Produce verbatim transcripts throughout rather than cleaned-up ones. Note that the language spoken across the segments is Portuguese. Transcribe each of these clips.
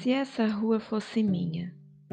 Se essa rua fosse minha.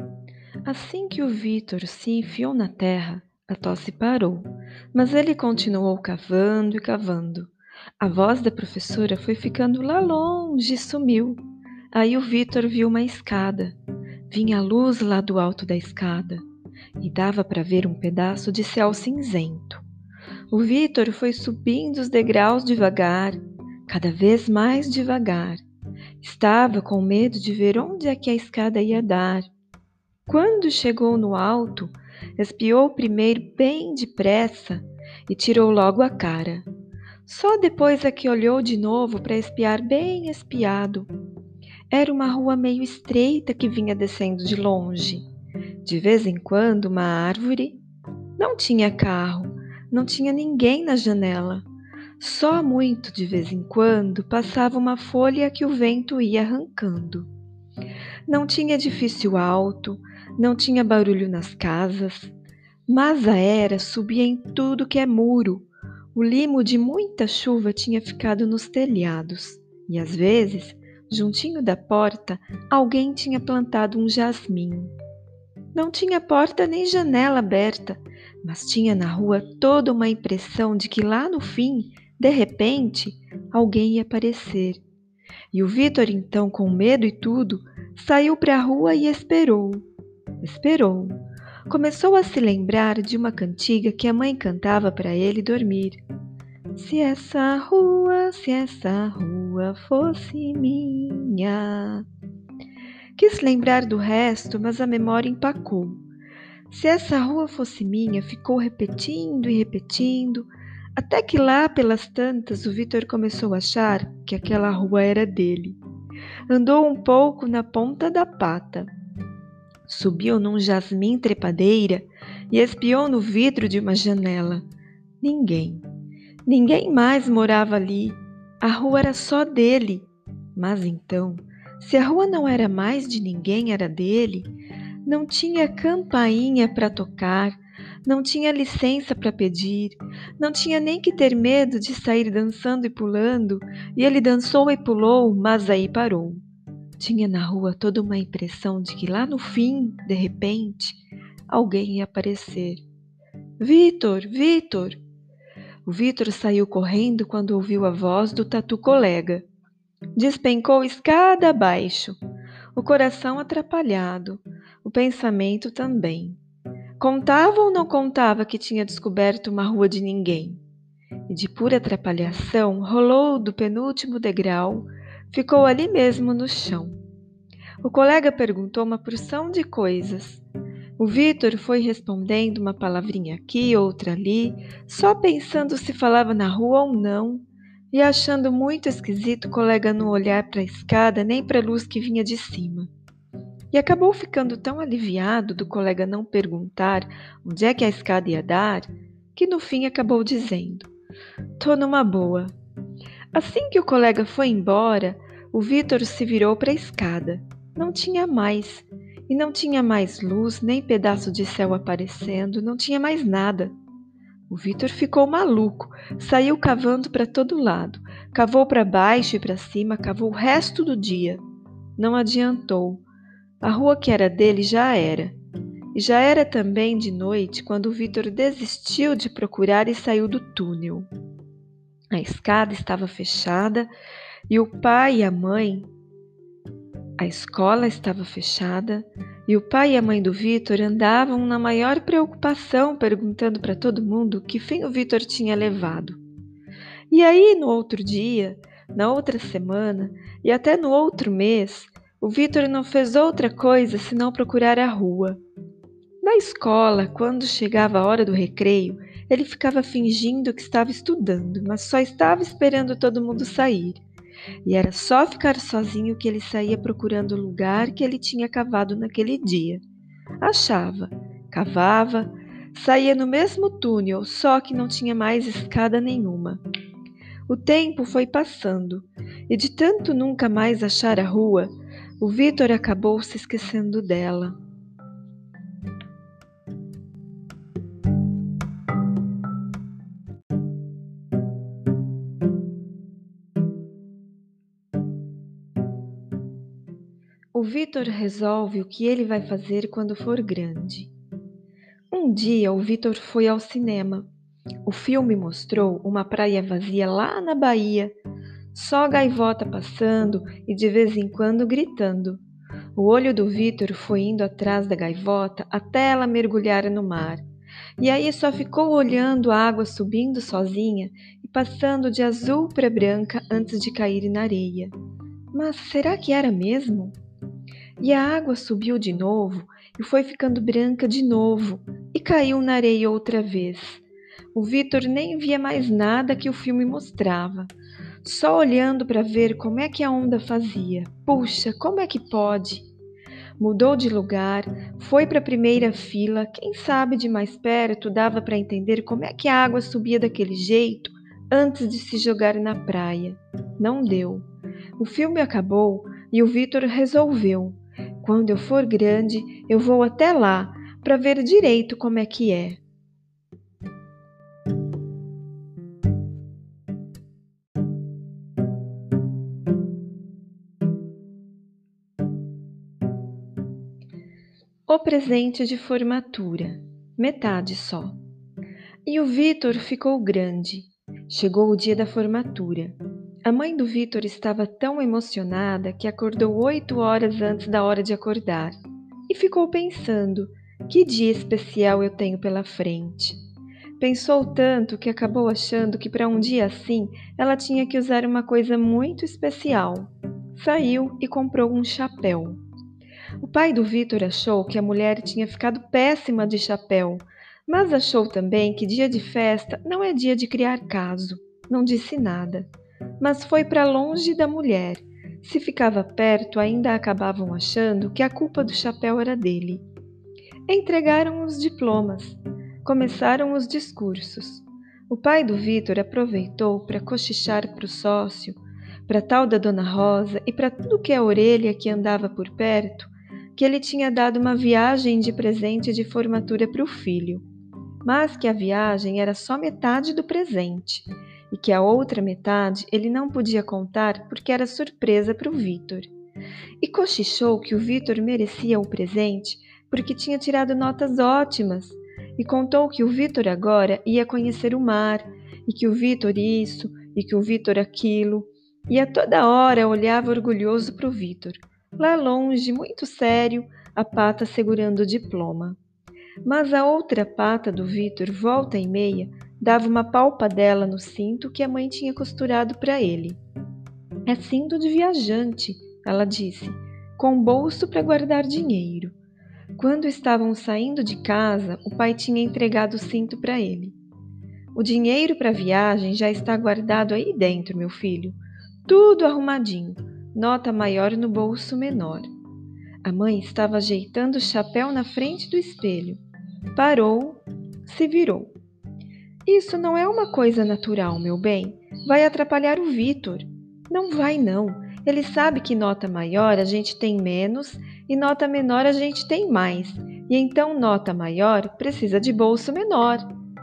Assim que o Vitor se enfiou na terra, a tosse parou, mas ele continuou cavando e cavando. A voz da professora foi ficando lá longe e sumiu. Aí o Vitor viu uma escada. Vinha a luz lá do alto da escada e dava para ver um pedaço de céu cinzento. O Vitor foi subindo os degraus devagar, cada vez mais devagar. Estava com medo de ver onde é que a escada ia dar. Quando chegou no alto, espiou primeiro bem depressa e tirou logo a cara. Só depois é que olhou de novo para espiar bem espiado. Era uma rua meio estreita que vinha descendo de longe. De vez em quando, uma árvore. Não tinha carro, não tinha ninguém na janela. Só muito de vez em quando passava uma folha que o vento ia arrancando. Não tinha edifício alto, não tinha barulho nas casas, mas a era subia em tudo que é muro. O limo de muita chuva tinha ficado nos telhados, e às vezes, juntinho da porta, alguém tinha plantado um jasmim. Não tinha porta nem janela aberta, mas tinha na rua toda uma impressão de que lá no fim, de repente, alguém ia aparecer. E o Vitor, então, com medo e tudo, saiu para a rua e esperou. Esperou. Começou a se lembrar de uma cantiga que a mãe cantava para ele dormir. Se essa rua, se essa rua fosse minha. Quis lembrar do resto, mas a memória empacou. Se essa rua fosse minha, ficou repetindo e repetindo, até que lá pelas tantas o Vitor começou a achar que aquela rua era dele. Andou um pouco na ponta da pata. Subiu num jasmim trepadeira e espiou no vidro de uma janela. Ninguém. Ninguém mais morava ali. A rua era só dele. Mas então, se a rua não era mais de ninguém, era dele, não tinha campainha para tocar, não tinha licença para pedir, não tinha nem que ter medo de sair dançando e pulando, e ele dançou e pulou, mas aí parou. Tinha na rua toda uma impressão de que lá no fim, de repente, alguém ia aparecer. Vitor, Vitor! O Vitor saiu correndo quando ouviu a voz do tatu colega. Despencou escada abaixo, o coração atrapalhado, o pensamento também. Contava ou não contava que tinha descoberto uma rua de ninguém? E de pura atrapalhação, rolou do penúltimo degrau, ficou ali mesmo no chão. O colega perguntou uma porção de coisas. O Vitor foi respondendo uma palavrinha aqui, outra ali, só pensando se falava na rua ou não, e achando muito esquisito o colega não olhar para a escada nem para a luz que vinha de cima. E acabou ficando tão aliviado do colega não perguntar onde é que a escada ia dar, que no fim acabou dizendo: "Tô numa boa." Assim que o colega foi embora, o Vitor se virou para a escada. Não tinha mais. E não tinha mais luz, nem pedaço de céu aparecendo, não tinha mais nada. O Vitor ficou maluco, saiu cavando para todo lado. Cavou para baixo e para cima, cavou o resto do dia. Não adiantou. A rua que era dele já era. E já era também de noite quando o Vitor desistiu de procurar e saiu do túnel. A escada estava fechada e o pai e a mãe... A escola estava fechada e o pai e a mãe do Vitor andavam na maior preocupação, perguntando para todo mundo que fim o Vitor tinha levado. E aí, no outro dia, na outra semana e até no outro mês, o Vitor não fez outra coisa senão procurar a rua. Na escola, quando chegava a hora do recreio, ele ficava fingindo que estava estudando, mas só estava esperando todo mundo sair. E era só ficar sozinho que ele saía procurando o lugar que ele tinha cavado naquele dia. Achava, cavava, saía no mesmo túnel, só que não tinha mais escada nenhuma. O tempo foi passando, e de tanto nunca mais achar a rua, o Vitor acabou se esquecendo dela. O Vitor resolve o que ele vai fazer quando for grande. Um dia o Vitor foi ao cinema. O filme mostrou uma praia vazia lá na Bahia, só gaivota passando e de vez em quando gritando. O olho do Vitor foi indo atrás da gaivota até ela mergulhar no mar. E aí só ficou olhando a água subindo sozinha e passando de azul para branca antes de cair na areia. Mas será que era mesmo? E a água subiu de novo e foi ficando branca de novo e caiu na areia outra vez. O Vitor nem via mais nada que o filme mostrava, só olhando para ver como é que a onda fazia. Puxa, como é que pode? Mudou de lugar, foi para a primeira fila, quem sabe de mais perto dava para entender como é que a água subia daquele jeito antes de se jogar na praia. Não deu. O filme acabou e o Vitor resolveu: quando eu for grande, eu vou até lá para ver direito como é que é. O presente de formatura, metade só. E o Vitor ficou grande. Chegou o dia da formatura. A mãe do Vitor estava tão emocionada que acordou oito horas antes da hora de acordar e ficou pensando: que dia especial eu tenho pela frente. Pensou tanto que acabou achando que para um dia assim ela tinha que usar uma coisa muito especial. Saiu e comprou um chapéu. O pai do Vitor achou que a mulher tinha ficado péssima de chapéu, mas achou também que dia de festa não é dia de criar caso. Não disse nada, mas foi para longe da mulher. Se ficava perto, ainda acabavam achando que a culpa do chapéu era dele. Entregaram os diplomas. Começaram os discursos. O pai do Vitor aproveitou para cochichar para o sócio, para tal da Dona Rosa e para tudo que é orelha que andava por perto, que ele tinha dado uma viagem de presente de formatura para o filho, mas que a viagem era só metade do presente e que a outra metade ele não podia contar porque era surpresa para o Vitor. E cochichou que o Vitor merecia o presente porque tinha tirado notas ótimas e contou que o Vitor agora ia conhecer o mar e que o Vitor isso e que o Vitor aquilo, e a toda hora olhava orgulhoso para o Vitor. Lá longe, muito sério, a pata segurando o diploma. Mas a outra pata do Vitor, volta e meia, dava uma palpadela no cinto que a mãe tinha costurado para ele. É cinto de viajante, ela disse, com bolso para guardar dinheiro. Quando estavam saindo de casa, o pai tinha entregado o cinto para ele. O dinheiro para a viagem já está guardado aí dentro, meu filho. Tudo arrumadinho, nota maior no bolso menor. A mãe estava ajeitando o chapéu na frente do espelho. Parou, se virou. Isso não é uma coisa natural, meu bem. Vai atrapalhar o Vitor. Não vai, não. Ele sabe que nota maior a gente tem menos e nota menor a gente tem mais. E então nota maior precisa de bolso menor.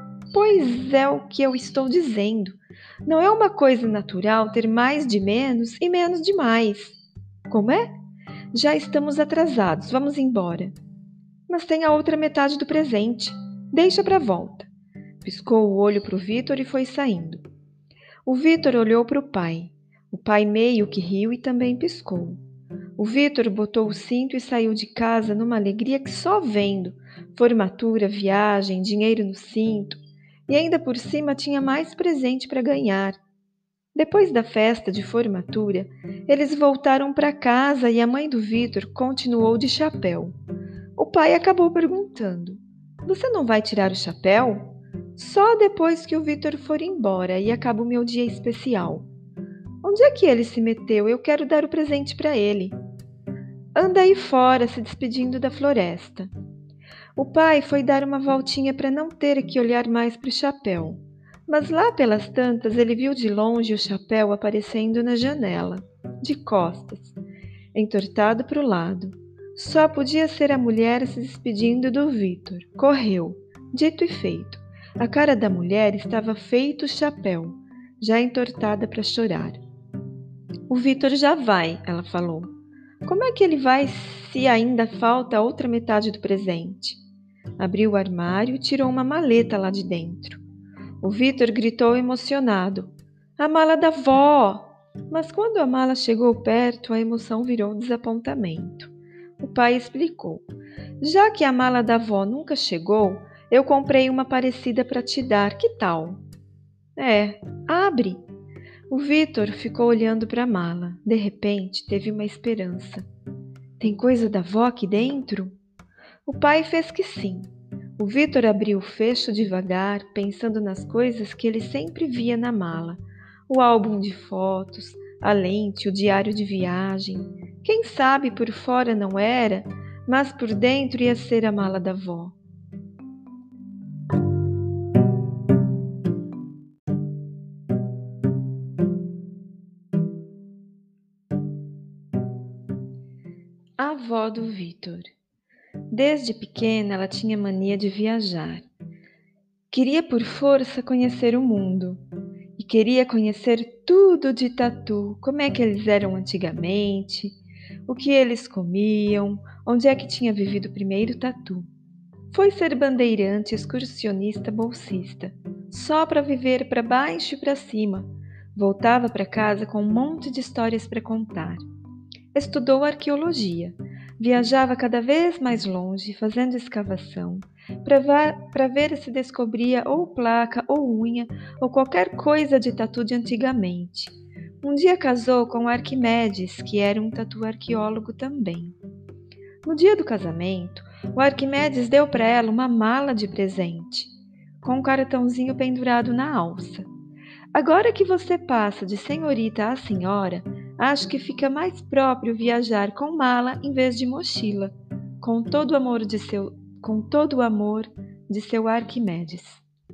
Pois é o que eu estou dizendo. Não é uma coisa natural ter mais de menos e menos de mais. Como é? Já estamos atrasados, vamos embora. Mas tem a outra metade do presente. Deixa para volta. Piscou o olho para o Vitor e foi saindo. O Vitor olhou para o pai. O pai meio que riu e também piscou. O Vitor botou o cinto e saiu de casa numa alegria que só vendo. Formatura, viagem, dinheiro no cinto. E ainda por cima tinha mais presente para ganhar. Depois da festa de formatura, eles voltaram para casa e a mãe do Vitor continuou de chapéu. O pai acabou perguntando: "Você não vai tirar o chapéu?" "Só depois que o Vitor for embora e acaba o meu dia especial." "Onde é que ele se meteu? Eu quero dar o presente para ele." "Anda aí fora, se despedindo da floresta." O pai foi dar uma voltinha para não ter que olhar mais para o chapéu. Mas lá pelas tantas ele viu de longe o chapéu aparecendo na janela, de costas, entortado para o lado. Só podia ser a mulher se despedindo do Vitor. Correu. Dito e feito. A cara da mulher estava feito chapéu, já entortada para chorar. "O Vitor já vai," ela falou. Como é que ele vai se ainda falta a outra metade do presente? Abriu o armário e tirou uma maleta lá de dentro. O Vitor gritou emocionado: "A mala da vó!" Mas quando a mala chegou perto, a emoção virou desapontamento. O pai explicou: "Já que a mala da vó nunca chegou, eu comprei uma parecida para te dar, que tal?" "É, abre." O Vitor ficou olhando para a mala. De repente, teve uma esperança. "Tem coisa da vó aqui dentro?" O pai fez que sim. O Vitor abriu o fecho devagar, pensando nas coisas que ele sempre via na mala: o álbum de fotos, a lente, o diário de viagem. Quem sabe por fora não era, mas por dentro ia ser a mala da vó. A avó do Vitor. Desde pequena ela tinha mania de viajar. Queria por força conhecer o mundo. E queria conhecer tudo de Tatu, como é que eles eram antigamente, o que eles comiam, onde é que tinha vivido o primeiro Tatu. Foi ser bandeirante, excursionista, bolsista, só para viver para baixo e para cima. Voltava para casa com um monte de histórias para contar. Estudou arqueologia. Viajava cada vez mais longe, fazendo escavação, para ver se descobria ou placa, ou unha, ou qualquer coisa de tatu de antigamente. Um dia casou com Arquimedes, que era um tatu arqueólogo também. No dia do casamento, o Arquimedes deu para ela uma mala de presente, com um cartãozinho pendurado na alça. "Agora que você passa de senhorita a senhora, acho que fica mais próprio viajar com mala em vez de mochila, com todo o amor de seu, com todo o amor de seu Arquimedes."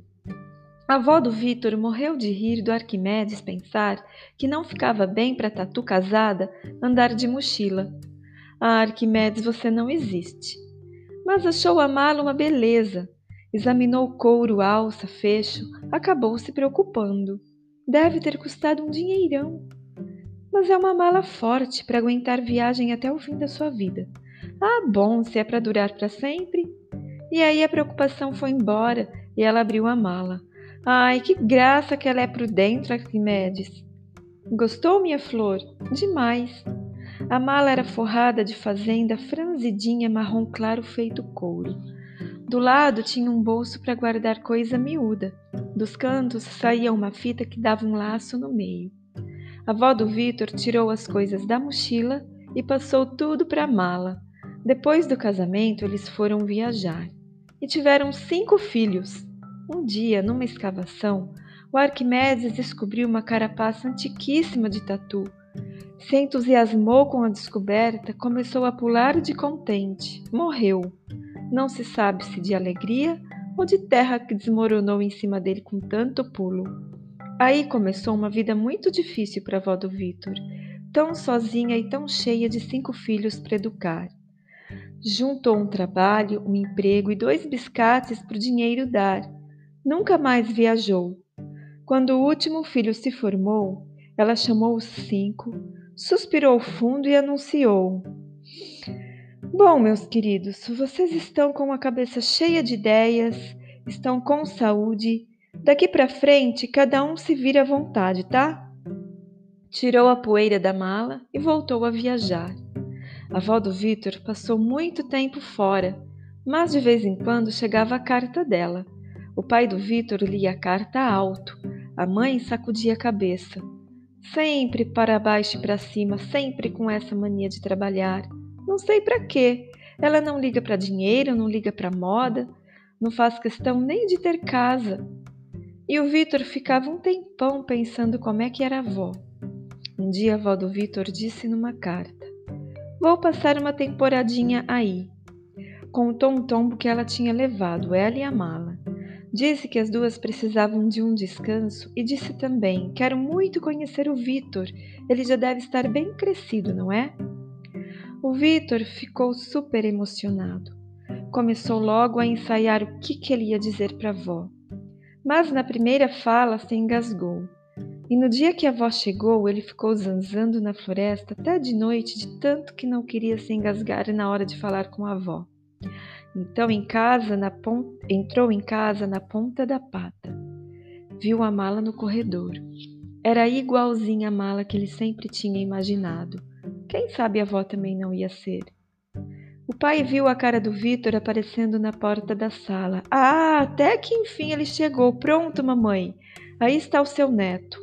A avó do Vitor morreu de rir do Arquimedes pensar que não ficava bem para Tatu casada andar de mochila. "Ah, Arquimedes, você não existe." Mas achou a mala uma beleza. Examinou o couro, alça, fecho, acabou se preocupando. Deve ter custado um dinheirão. Mas é uma mala forte para aguentar viagem até o fim da sua vida. Ah, bom, se é para durar para sempre. E aí a preocupação foi embora e ela abriu a mala. Ai, que graça que ela é por dentro, Arquimedes. Gostou, minha flor? Demais. A mala era forrada de fazenda franzidinha marrom claro feito couro. Do lado tinha um bolso para guardar coisa miúda. Dos cantos saía uma fita que dava um laço no meio. A avó do Vitor tirou as coisas da mochila e passou tudo para a mala. Depois do casamento, eles foram viajar e tiveram cinco filhos. Um dia, numa escavação, o Arquimedes descobriu uma carapaça antiquíssima de tatu. Se entusiasmou com a descoberta, começou a pular de contente. Morreu. Não se sabe se de alegria ou de terra que desmoronou em cima dele com tanto pulo. Aí começou uma vida muito difícil para a avó do Vitor, tão sozinha e tão cheia de cinco filhos para educar. Juntou um trabalho, um emprego e dois biscates para o dinheiro dar. Nunca mais viajou. Quando o último filho se formou, ela chamou os cinco, suspirou fundo e anunciou: "Bom, meus queridos, vocês estão com a cabeça cheia de ideias, estão com saúde. Daqui para frente, cada um se vira à vontade, tá?" Tirou a poeira da mala e voltou a viajar. A avó do Vitor passou muito tempo fora, mas de vez em quando chegava a carta dela. O pai do Vitor lia a carta alto, a mãe sacudia a cabeça. Sempre para baixo e para cima, sempre com essa mania de trabalhar. Não sei para quê. Ela não liga para dinheiro, não liga para moda, não faz questão nem de ter casa. E o Vitor ficava um tempão pensando como é que era a avó. Um dia a avó do Vitor disse numa carta: "Vou passar uma temporadinha aí." Contou um tombo que ela tinha levado, ela e a mala. Disse que as duas precisavam de um descanso e disse também: "Quero muito conhecer o Vitor. Ele já deve estar bem crescido, não é?" O Vitor ficou super emocionado. Começou logo a ensaiar o que, que ele ia dizer para a avó. Mas na primeira fala se engasgou. E no dia que a avó chegou, ele ficou zanzando na floresta até de noite, de tanto que não queria se engasgar na hora de falar com a avó. Então em casa, na pon... entrou em casa na ponta da pata. Viu a mala no corredor. Era igualzinha a mala que ele sempre tinha imaginado. Quem sabe a avó também não ia ser? O pai viu a cara do Vitor aparecendo na porta da sala. Ah, até que enfim ele chegou. Pronto, mamãe. Aí está o seu neto.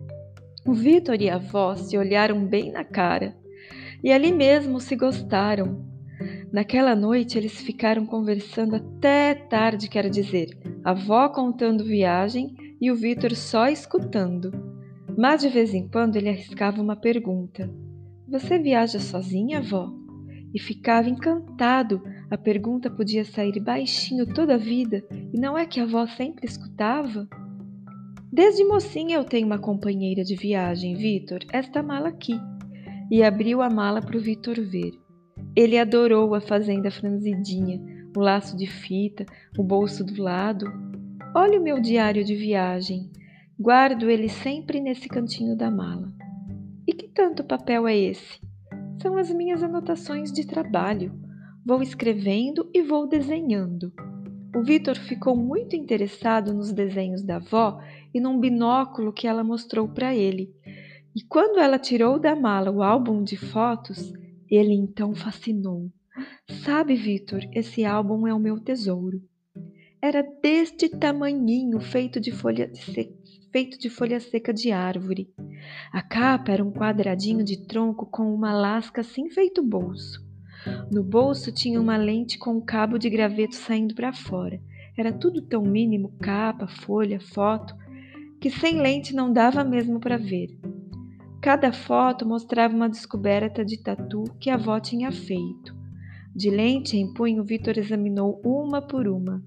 O Vitor e a avó se olharam bem na cara. E ali mesmo se gostaram. Naquela noite eles ficaram conversando até tarde, quero dizer, a avó contando viagem e o Vitor só escutando. Mas de vez em quando ele arriscava uma pergunta. Você viaja sozinha, avó? E ficava encantado. A pergunta podia sair baixinho toda a vida, e não é que a avó sempre escutava? Desde mocinha eu tenho uma companheira de viagem, Vitor, esta mala aqui. E abriu a mala para o Vitor ver. Ele adorou a fazenda franzidinha, o laço de fita, o bolso do lado. Olha o meu diário de viagem. Guardo ele sempre nesse cantinho da mala. E que tanto papel é esse? São as minhas anotações de trabalho. Vou escrevendo e vou desenhando. O Vitor ficou muito interessado nos desenhos da avó e num binóculo que ela mostrou para ele. E quando ela tirou da mala o álbum de fotos, ele então fascinou. Sabe, Vitor, esse álbum é o meu tesouro. Era deste tamanhinho, feito de folha, se... feito de folha seca de árvore. A capa era um quadradinho de tronco com uma lasca assim feito bolso. No bolso tinha uma lente com um cabo de graveto saindo para fora. Era tudo tão mínimo, capa, folha, foto, que sem lente não dava mesmo para ver. Cada foto mostrava uma descoberta de tatu que a avó tinha feito. De lente em punho, Vitor examinou uma por uma.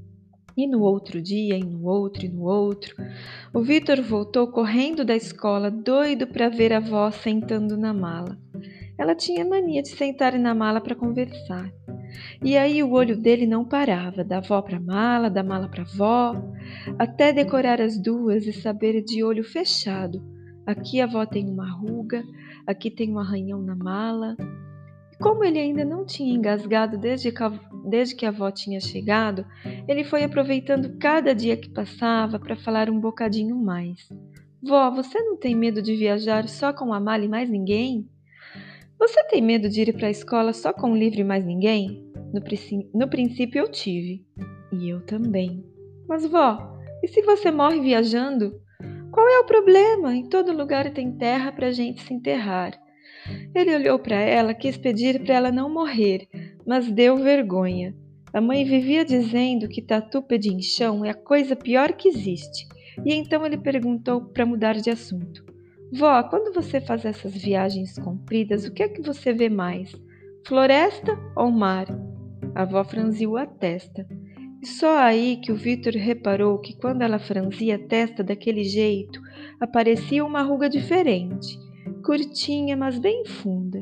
E no outro dia, e no outro, e no outro, o Vitor voltou correndo da escola, doido para ver a avó sentando na mala. Ela tinha mania de sentar na mala para conversar. E aí o olho dele não parava, da avó para a mala, da mala para a avó, até decorar as duas e saber de olho fechado. Aqui a avó tem uma ruga, aqui tem um arranhão na mala. E como ele ainda não tinha engasgado desde que, a, desde que a avó tinha chegado, ele foi aproveitando cada dia que passava para falar um bocadinho mais. Vó, você não tem medo de viajar só com a mala e mais ninguém? Você tem medo de ir para a escola só com o livro e mais ninguém? No, no princípio eu tive. E eu também. Mas vó, e se você morre viajando? Qual é o problema? Em todo lugar tem terra para a gente se enterrar. Ele olhou para ela, quis pedir para ela não morrer, mas deu vergonha. A mãe vivia dizendo que tatu pedinchão é a coisa pior que existe. E então ele perguntou para mudar de assunto. Vó, quando você faz essas viagens compridas, o que é que você vê mais? Floresta ou mar? A avó franziu a testa. E só aí que o Vitor reparou que quando ela franzia a testa daquele jeito, aparecia uma ruga diferente, curtinha, mas bem funda.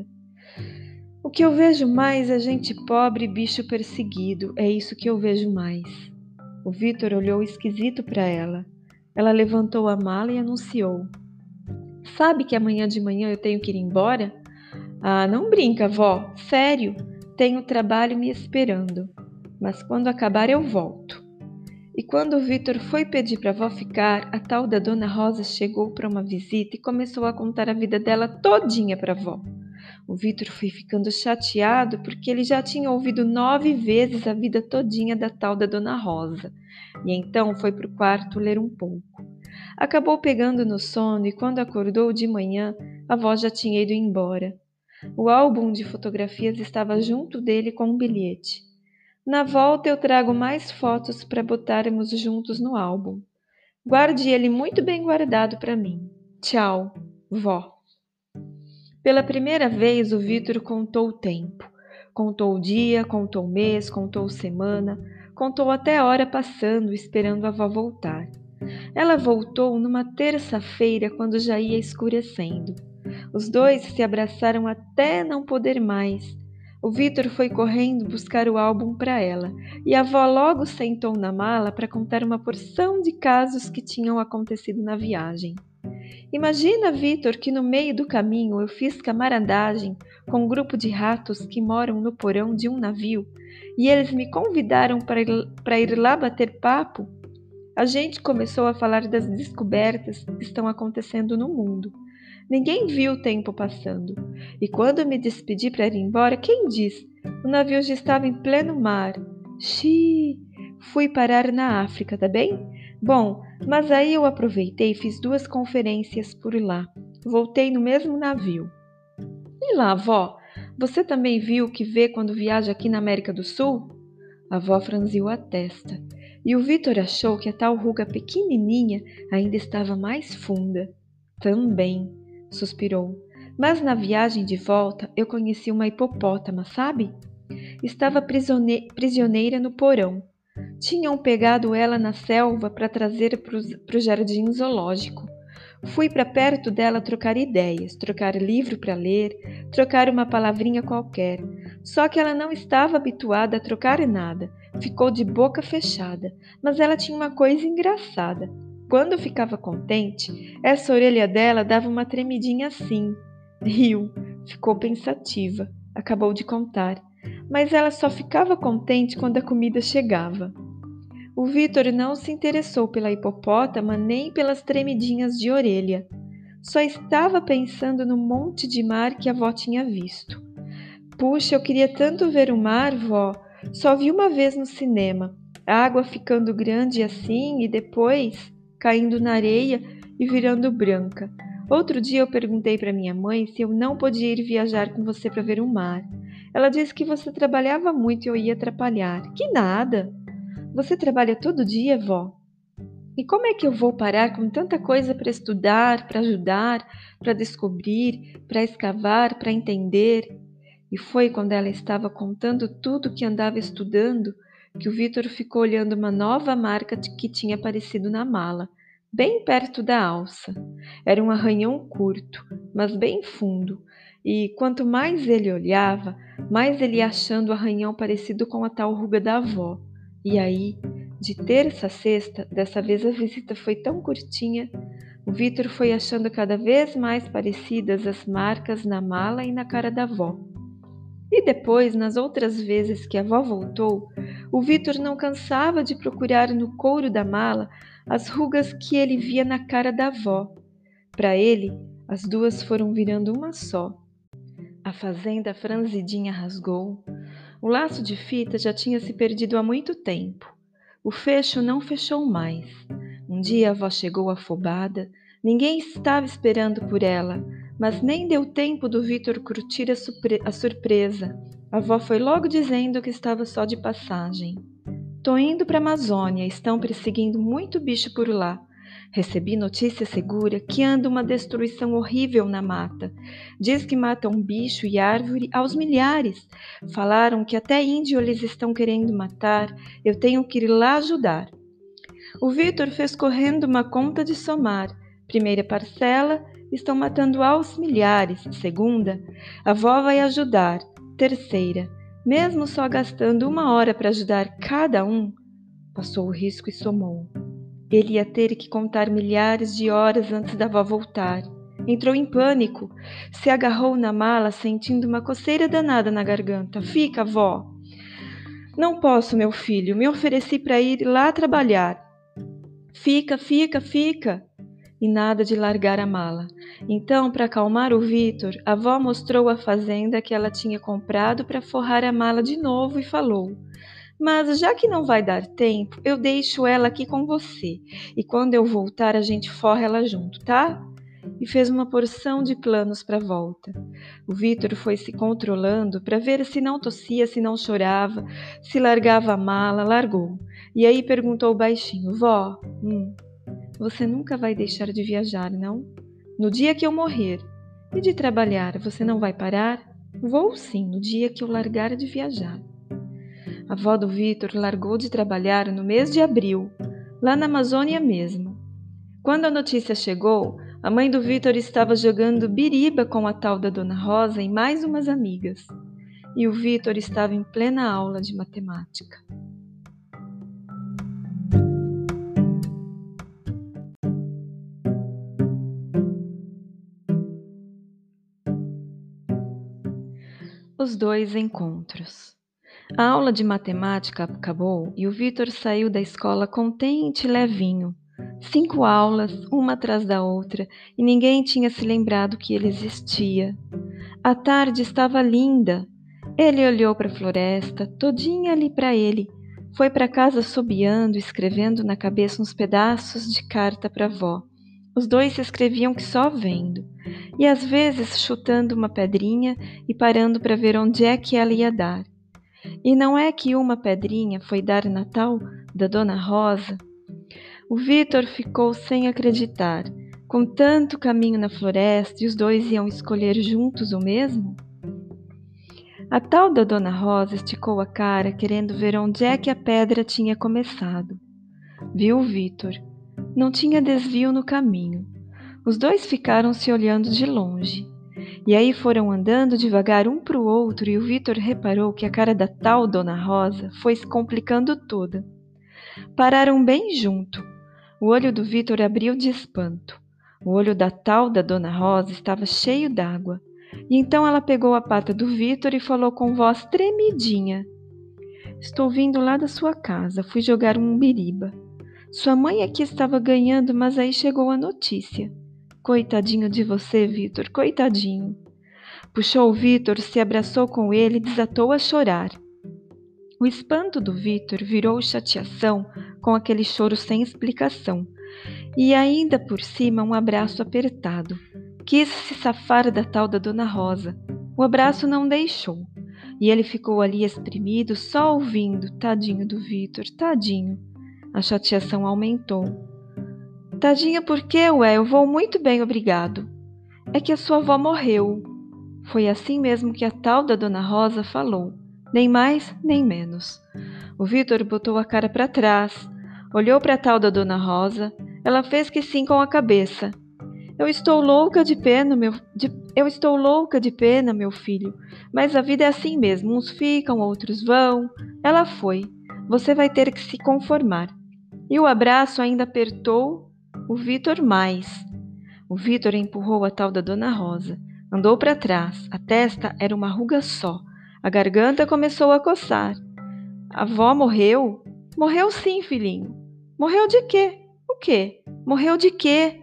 O que eu vejo mais é gente pobre e bicho perseguido, é isso que eu vejo mais. O Vitor olhou esquisito para ela. Ela levantou a mala e anunciou. Sabe que amanhã de manhã eu tenho que ir embora? Ah, não brinca, vó. Sério, tenho trabalho me esperando. Mas quando acabar eu volto. E quando o Vitor foi pedir para a avó ficar, a tal da Dona Rosa chegou para uma visita e começou a contar a vida dela todinha para a avó. O Vitor foi ficando chateado porque ele já tinha ouvido nove vezes a vida todinha da tal da Dona Rosa. E então foi para o quarto ler um pouco. Acabou pegando no sono e quando acordou de manhã, a avó já tinha ido embora. O álbum de fotografias estava junto dele com um bilhete. Na volta eu trago mais fotos para botarmos juntos no álbum. Guarde ele muito bem guardado para mim. Tchau, vó. Pela primeira vez o Vitor contou o tempo. Contou o dia, contou o mês, contou semana, contou até a hora passando esperando a avó voltar. Ela voltou numa terça-feira quando já ia escurecendo. Os dois se abraçaram até não poder mais. O Vitor foi correndo buscar o álbum para ela e a avó logo sentou na mala para contar uma porção de casos que tinham acontecido na viagem. Imagina, Vitor, que no meio do caminho eu fiz camaradagem com um grupo de ratos que moram no porão de um navio e eles me convidaram para ir, para ir lá bater papo. A gente começou a falar das descobertas que estão acontecendo no mundo. Ninguém viu o tempo passando. E quando eu me despedi para ir embora, quem disse? O navio já estava em pleno mar. Xiii! Fui parar na África, tá bem? Bom, mas aí eu aproveitei e fiz duas conferências por lá. Voltei no mesmo navio. E lá, vó? Você também viu o que vê quando viaja aqui na América do Sul? A avó franziu a testa. E o Vitor achou que a tal ruga pequenininha ainda estava mais funda. Também, suspirou. Mas na viagem de volta eu conheci uma hipopótama, sabe? Estava prisone- prisioneira no porão. Tinham pegado ela na selva para trazer para o jardim zoológico. Fui para perto dela trocar ideias, trocar livro para ler, trocar uma palavrinha qualquer. Só que ela não estava habituada a trocar nada, ficou de boca fechada. Mas ela tinha uma coisa engraçada. Quando ficava contente, essa orelha dela dava uma tremidinha assim. Riu, ficou pensativa, acabou de contar. Mas ela só ficava contente quando a comida chegava. O Vitor não se interessou pela hipopótama nem pelas tremidinhas de orelha. Só estava pensando no monte de mar que a avó tinha visto. Puxa, eu queria tanto ver o mar, vó. Só vi uma vez no cinema. A água ficando grande assim e depois caindo na areia e virando branca. Outro dia eu perguntei para minha mãe se eu não podia ir viajar com você para ver o mar. Ela disse que você trabalhava muito e eu ia atrapalhar. Que nada! Você trabalha todo dia, vó? E como é que eu vou parar com tanta coisa para estudar, para ajudar, para descobrir, para escavar, para entender? E foi quando ela estava contando tudo que andava estudando que o Vitor ficou olhando uma nova marca que tinha aparecido na mala, bem perto da alça. Era um arranhão curto, mas bem fundo, e quanto mais ele olhava, mais ele ia achando o arranhão parecido com a tal ruga da avó. E aí, de terça a sexta, dessa vez a visita foi tão curtinha, o Vitor foi achando cada vez mais parecidas as marcas na mala e na cara da avó. E depois, nas outras vezes que a avó voltou, o Vitor não cansava de procurar no couro da mala as rugas que ele via na cara da avó. Para ele, as duas foram virando uma só. A fazenda franzidinha rasgou. O laço de fita já tinha se perdido há muito tempo. O fecho não fechou mais. Um dia a avó chegou afobada. Ninguém estava esperando por ela, mas nem deu tempo do Vitor curtir a, surpre- a surpresa. A avó foi logo dizendo que estava só de passagem. Tô indo para a Amazônia, estão perseguindo muito bicho por lá. Recebi notícia segura que anda uma destruição horrível na mata. Diz que matam bicho e árvore aos milhares. Falaram que até índio eles estão querendo matar. Eu tenho que ir lá ajudar. O Vitor fez correndo uma conta de somar. Primeira parcela, estão matando aos milhares. Segunda, a avó vai ajudar. Terceira, mesmo só gastando uma hora para ajudar cada um, passou o risco e somou. Ele ia ter que contar milhares de horas antes da avó voltar. Entrou em pânico. Se agarrou na mala, sentindo uma coceira danada na garganta. Fica, vó. Não posso, meu filho. Me ofereci para ir lá trabalhar. Fica, fica, fica. E nada de largar a mala. Então, para acalmar o Vitor, a avó mostrou a fazenda que ela tinha comprado para forrar a mala de novo e falou: Mas já que não vai dar tempo, eu deixo ela aqui com você. E quando eu voltar, a gente forra ela junto, tá? E fez uma porção de planos para a volta. O Vitor foi se controlando para ver se não tossia, se não chorava, se largava a mala, largou. E aí perguntou baixinho: Vó, hum, você nunca vai deixar de viajar, não? No dia que eu morrer. E de trabalhar, você não vai parar? Vou sim, no dia que eu largar de viajar. A avó do Vitor largou de trabalhar no mês de abril, lá na Amazônia mesmo. Quando a notícia chegou, a mãe do Vitor estava jogando biriba com a tal da Dona Rosa e mais umas amigas. E o Vitor estava em plena aula de matemática. Os dois encontros. A aula de matemática acabou e o Vitor saiu da escola contente e levinho. Cinco aulas, uma atrás da outra, e ninguém tinha se lembrado que ele existia. A tarde estava linda. Ele olhou para a floresta, todinha ali para ele. Foi para casa assobiando, escrevendo na cabeça uns pedaços de carta para a avó. Os dois se escreviam que só vendo, e às vezes chutando uma pedrinha e parando para ver onde é que ela ia dar. E não é que uma pedrinha foi dar Natal da Dona Rosa? O Vitor ficou sem acreditar. Com tanto caminho na floresta, e os dois iam escolher juntos o mesmo? A tal da Dona Rosa esticou a cara, querendo ver onde é que a pedra tinha começado. Viu o Vitor. Não tinha desvio no caminho. Os dois ficaram se olhando de longe. E aí foram andando devagar um para o outro e o Vitor reparou que a cara da tal Dona Rosa foi se complicando toda. Pararam bem junto. O olho do Vitor abriu de espanto. O olho da tal da Dona Rosa estava cheio d'água. E então ela pegou a pata do Vitor e falou com voz tremidinha: "Estou vindo lá da sua casa, fui jogar um biriba. Sua mãe aqui estava ganhando, mas aí chegou a notícia. Coitadinho de você, Vitor, coitadinho." Puxou o Vitor, se abraçou com ele e desatou a chorar. O espanto do Vitor virou chateação com aquele choro sem explicação. E ainda por cima um abraço apertado. Quis se safar da tal da Dona Rosa. O abraço não deixou. E ele ficou ali espremido, só ouvindo. Tadinho do Vitor, tadinho. A chateação aumentou. Tadinho por quê, ué? Eu vou muito bem, obrigado. É que a sua avó morreu. Foi assim mesmo que a tal da Dona Rosa falou. Nem mais, nem menos. O Vitor botou a cara para trás. Olhou para a tal da Dona Rosa. Ela fez que sim com a cabeça. Eu estou louca de pena, meu, de, eu estou louca de pena, meu filho. Mas a vida é assim mesmo. Uns ficam, outros vão. Ela foi. Você vai ter que se conformar. E o abraço ainda apertou o Vitor mais. O Vitor empurrou a tal da Dona Rosa. Andou para trás. A testa era uma ruga só. A garganta começou a coçar. A avó morreu? Morreu sim, filhinho. Morreu de quê? O quê? Morreu de quê?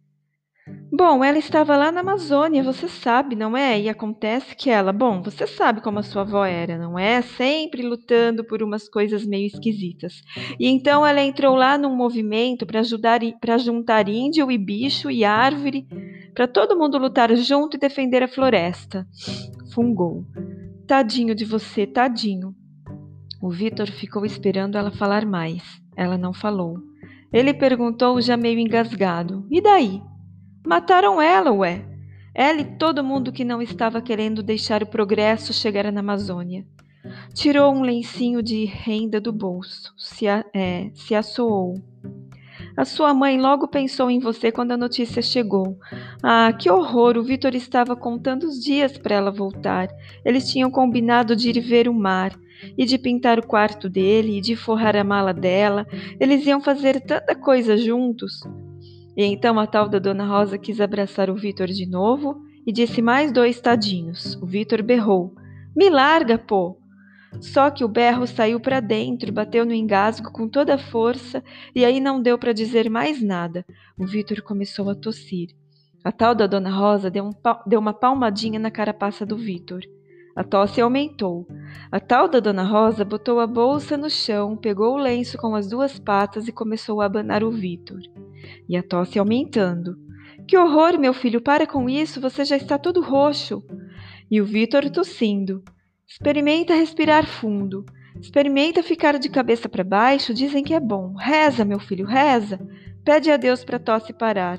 Bom, ela estava lá na Amazônia, você sabe, não é? E acontece que ela, bom, você sabe como a sua avó era, não é? Sempre lutando por umas coisas meio esquisitas. E então ela entrou lá num movimento para ajudar, para juntar índio e bicho e árvore, para todo mundo lutar junto e defender a floresta. Fungou. Tadinho de você, tadinho. O Vitor ficou esperando ela falar mais. Ela não falou. Ele perguntou já meio engasgado: "E daí?" "Mataram ela, ué. Ela e todo mundo que não estava querendo deixar o progresso chegar na Amazônia." Tirou um lencinho de renda do bolso. Se, a, é, se assoou. "A sua mãe logo pensou em você quando a notícia chegou. Ah, que horror! O Vitor estava contando os dias para ela voltar. Eles tinham combinado de ir ver o mar, e de pintar o quarto dele, e de forrar a mala dela. Eles iam fazer tanta coisa juntos." E então a tal da Dona Rosa quis abraçar o Vitor de novo e disse mais dois tadinhos. O Vitor berrou: "Me larga, pô!" Só que o berro saiu para dentro, bateu no engasgo com toda a força e aí não deu para dizer mais nada. O Vitor começou a tossir. A tal da Dona Rosa deu, um, deu uma palmadinha na carapaça do Vitor. A tosse aumentou. A tal da Dona Rosa botou a bolsa no chão, pegou o lenço com as duas patas e começou a abanar o Vitor. E a tosse aumentando. "Que horror, meu filho, para com isso, você já está todo roxo." E o Vitor tossindo. "Experimenta respirar fundo. Experimenta ficar de cabeça para baixo, dizem que é bom. Reza, meu filho, reza. Pede a Deus para a tosse parar."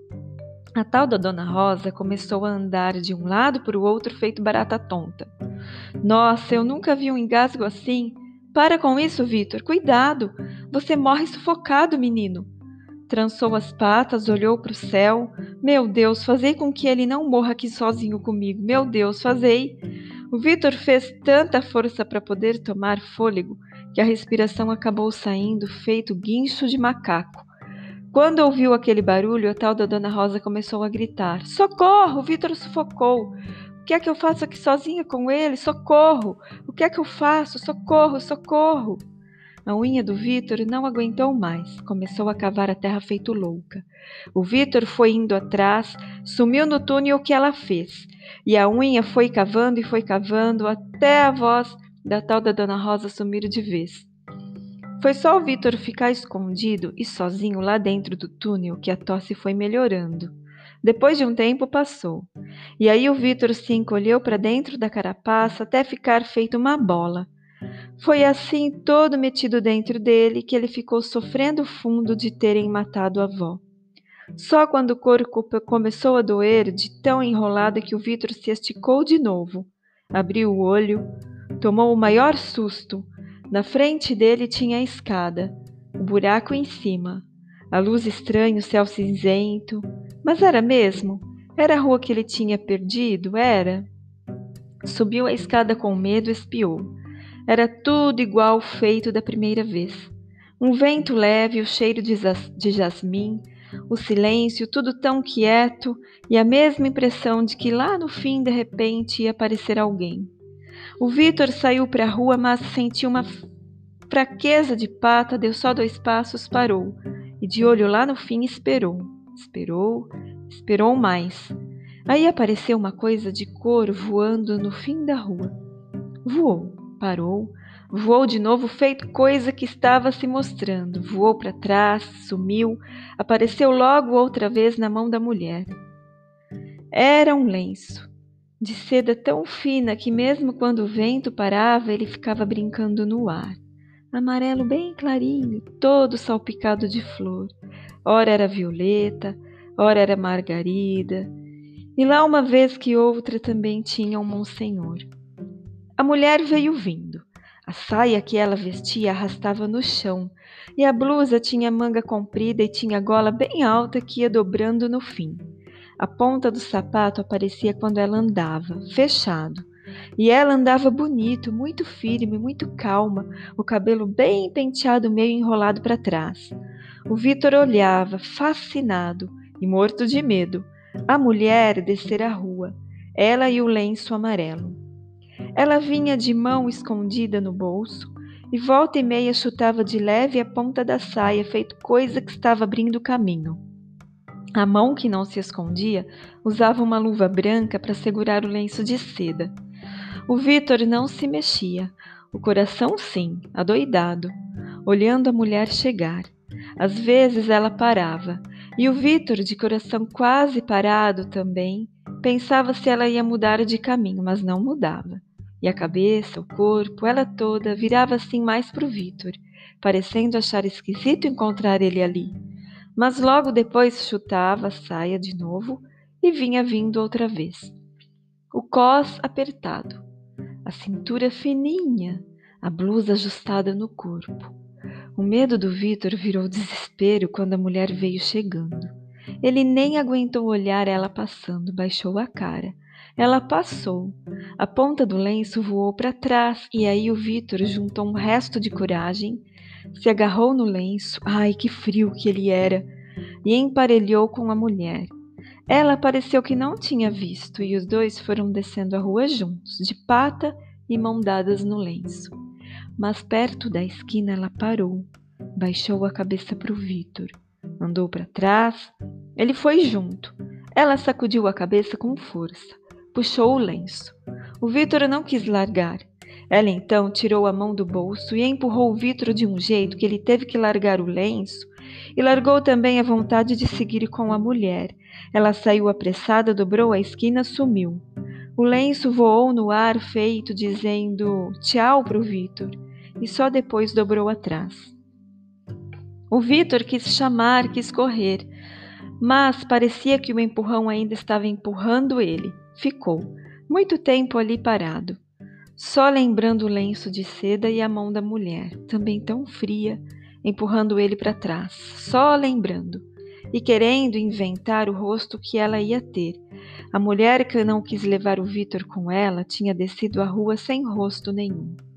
A tal da Dona Rosa começou a andar de um lado para o outro feito barata tonta. "Nossa, eu nunca vi um engasgo assim. Para com isso, Vitor, cuidado. Você morre sufocado, menino." Trançou as patas, olhou para o céu. "Meu Deus, fazei com que ele não morra aqui sozinho comigo. Meu Deus, fazei." O Vitor fez tanta força para poder tomar fôlego que a respiração acabou saindo feito guincho de macaco. Quando ouviu aquele barulho, a tal da Dona Rosa começou a gritar: "Socorro! O Vitor sufocou!" que é que eu faço aqui sozinha com ele? Socorro! O que é que eu faço? Socorro, socorro! A unha do Vitor não aguentou mais, começou a cavar a terra feito louca. O Vitor foi indo atrás, sumiu no túnel que ela fez, e a unha foi cavando e foi cavando até a voz da tal da Dona Rosa sumir de vez. Foi só o Vitor ficar escondido e sozinho lá dentro do túnel que a tosse foi melhorando. Depois de um tempo passou, e aí o Vitor se encolheu para dentro da carapaça até ficar feito uma bola. Foi assim, todo metido dentro dele, que ele ficou sofrendo fundo de terem matado a avó. Só quando o corpo começou a doer, de tão enrolado, que o Vitor se esticou de novo. Abriu o olho, tomou o maior susto. Na frente dele tinha a escada, o buraco em cima, a luz estranha, o céu cinzento. Mas era mesmo? Era a rua que ele tinha perdido? Era? Subiu a escada com medo e espiou. Era tudo igual feito da primeira vez. Um vento leve, o cheiro de, de jasmim, o silêncio, tudo tão quieto e a mesma impressão de que lá no fim, de repente, ia aparecer alguém. O Vitor saiu para a rua, mas sentiu uma fraqueza de pata, deu só dois passos, parou e de olho lá no fim esperou. Esperou, esperou mais. Aí apareceu uma coisa de cor voando no fim da rua. Voou. Parou, voou de novo, feito coisa que estava se mostrando. Voou para trás, sumiu, apareceu logo outra vez na mão da mulher. Era um lenço, de seda tão fina que mesmo quando o vento parava, ele ficava brincando no ar. Amarelo bem clarinho, todo salpicado de flor. Ora era violeta, ora era margarida. E lá uma vez que outra também tinha um monsenhor. A mulher veio vindo. A saia que ela vestia arrastava no chão, e a blusa tinha manga comprida e tinha gola bem alta que ia dobrando no fim. A ponta do sapato aparecia quando ela andava, fechado. E ela andava bonito, muito firme, muito calma, o cabelo bem penteado, meio enrolado para trás. O Vitor olhava, fascinado e morto de medo. A mulher descer a rua, ela e o lenço amarelo. Ela vinha de mão escondida no bolso e volta e meia chutava de leve a ponta da saia, feito coisa que estava abrindo caminho. A mão que não se escondia usava uma luva branca para segurar o lenço de seda. O Vitor não se mexia, o coração sim, adoidado, olhando a mulher chegar. Às vezes ela parava, e o Vitor, de coração quase parado também, pensava se ela ia mudar de caminho, mas não mudava. E a cabeça, o corpo, ela toda, virava assim mais para o Vitor, parecendo achar esquisito encontrar ele ali. Mas logo depois chutava a saia de novo e vinha vindo outra vez. O cós apertado, a cintura fininha, a blusa ajustada no corpo. O medo do Vitor virou desespero quando a mulher veio chegando. Ele nem aguentou olhar ela passando, baixou a cara. Ela passou. A ponta do lenço voou para trás e aí o Vitor juntou um resto de coragem, se agarrou no lenço, ai que frio que ele era, e emparelhou com a mulher. Ela pareceu que não tinha visto e os dois foram descendo a rua juntos, de pata e mão dadas no lenço. Mas perto da esquina ela parou, baixou a cabeça para o Vitor, andou para trás. Ele foi junto. Ela sacudiu a cabeça com força, puxou o lenço. O Vitor não quis largar. Ela então tirou a mão do bolso e empurrou o Vitor de um jeito que ele teve que largar o lenço e largou também a vontade de seguir com a mulher. Ela saiu apressada, dobrou a esquina, sumiu. O lenço voou no ar feito, dizendo tchau para o Vitor, e só depois dobrou atrás. O Vitor quis chamar, quis correr, mas parecia que o empurrão ainda estava empurrando ele. Ficou muito tempo ali parado, só lembrando o lenço de seda e a mão da mulher, também tão fria, empurrando ele para trás, só lembrando, e querendo inventar o rosto que ela ia ter. A mulher que não quis levar o Vitor com ela tinha descido a rua sem rosto nenhum.